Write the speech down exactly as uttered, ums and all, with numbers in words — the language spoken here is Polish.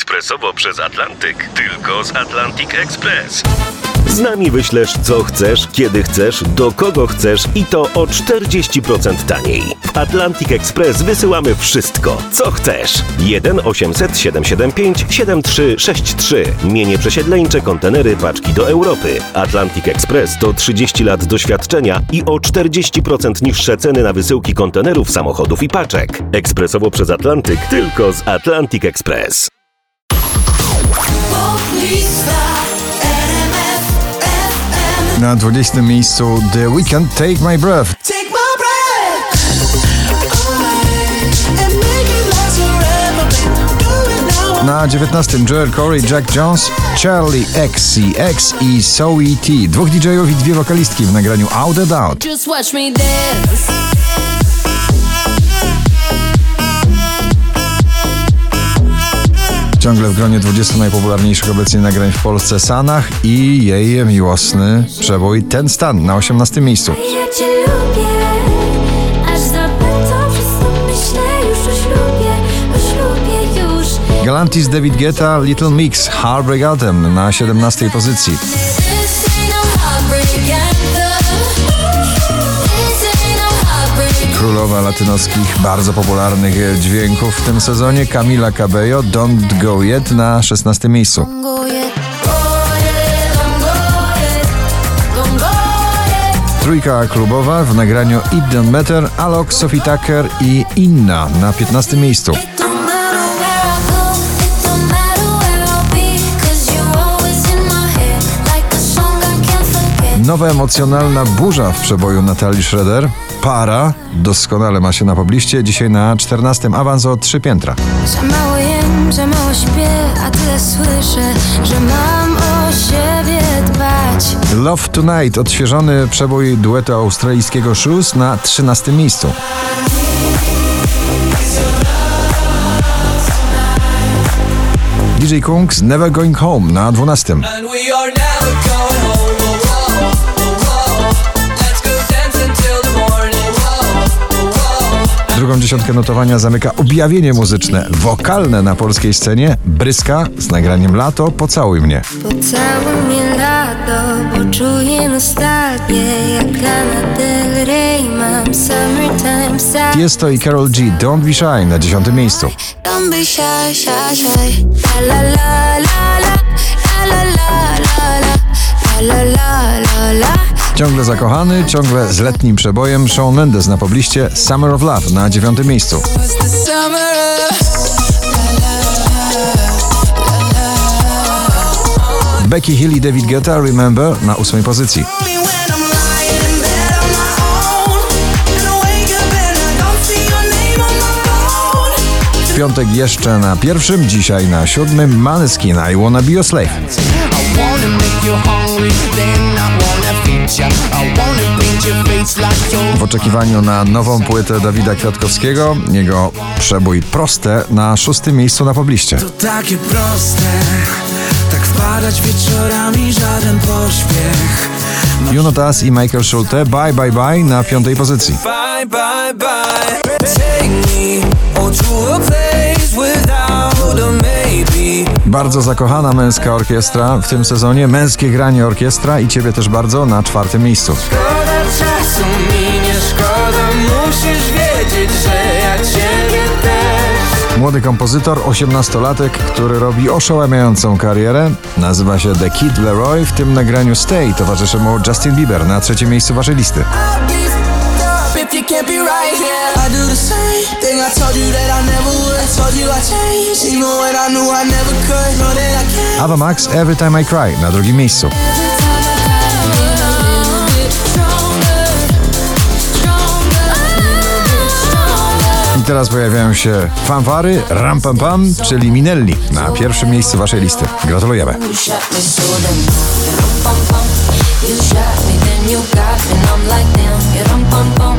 ekspresowo przez Atlantyk. Tylko z Atlantic Express. Z nami wyślesz co chcesz, kiedy chcesz, do kogo chcesz i to o czterdzieści procent taniej. W Atlantic Express wysyłamy wszystko, co chcesz. jeden osiemset siedemset siedemdziesiąt pięć siedemdziesiąt trzy sześćdziesiąt trzy. Mienie przesiedleńcze, kontenery, paczki do Europy. Atlantic Express to trzydzieści lat doświadczenia i o czterdzieści procent niższe ceny na wysyłki kontenerów, samochodów i paczek. Ekspresowo przez Atlantyk, tylko z Atlantic Express. Na dwudziestym miejscu The Weeknd, Take My Breath. Na dziewiętnastym Joel Corey, Jack Jones, Charlie X C X i Zoe T. Dwóch D J-ów i dwie wokalistki w nagraniu Out and Out. Ciągle w gronie dwudziestu najpopularniejszych obecnie nagrań w Polsce Sanach i jej miłosny przebój Ten Stan na osiemnastym miejscu. Galantis, David Guetta, Little Mix, Heartbreak Anthem na siedemnastej pozycji. Królowa latynoskich, bardzo popularnych dźwięków w tym sezonie, Camila Cabello, Don't Go Yet na szesnastym miejscu. Trójka klubowa w nagraniu It Don't Matter, Alok, Sophie Tucker i Inna na piętnastym miejscu. Nowa emocjonalna burza w przeboju Natalii Schroeder. Para doskonale ma się na pobliście. Dzisiaj na czternastym awans o trzy piętra. Za mało jem, za mało śpię, a tyle słyszę, że mam o siebie dbać. Love Tonight, odświeżony przebój duetu australijskiego Shoes na trzynastym miejscu. D J Kungs, Never Going Home na dwunastym. Drugą dziesiątkę notowania zamyka objawienie muzyczne, wokalne na polskiej scenie, Bryska z nagraniem Lato, Pocałuj mnie. Pocałuj mnie lato, bo czuję nostalgię, jak Lana Del Rey, mam summertime style. Jest to i Karol G, Don't Be Shy na dziesiątym miejscu. Don't be shy, shy, shy. La la la la la, la la la la, la la la la. Ciągle zakochany, ciągle z letnim przebojem Shawn Mendes na pobliście, Summer of Love na dziewiątym miejscu. Becky Hill i David Guetta, Remember na ósmej pozycji. W piątek jeszcze na pierwszym, dzisiaj na siódmym Maneskin, I Wanna Be Your Slave. W oczekiwaniu na nową płytę Dawida Kwiatkowskiego, jego przebój Proste na szóstym miejscu na pobliście. To takie proste, tak wpadać wieczorami, żaden pośpiech. Juno Tas i Michael Schulte, Bye Bye Bye na piątej pozycji. Bye, bye, bye. Take me to a place without a maybe. Bardzo zakochana męska orkiestra w tym sezonie, męskie granie orkiestra i ciebie też bardzo na czwartym miejscu. Szkoda czasu mi nie szkoda, musisz wiedzieć, że ja ciebie też. Młody kompozytor, osiemnastolatek, który robi oszałamiającą karierę. Nazywa się The Kid Leroy. W tym nagraniu Stay towarzyszy mu Justin Bieber na trzecim miejscu waszej listy. Ava Max, Every Time I Cry na drugim miejscu. I teraz pojawiają się fanfary, ram pam pam, czyli Minelli na pierwszym miejscu waszej listy. Gratulujemy. You shot me, then you got me, and I'm like, damn, you rum pum pum.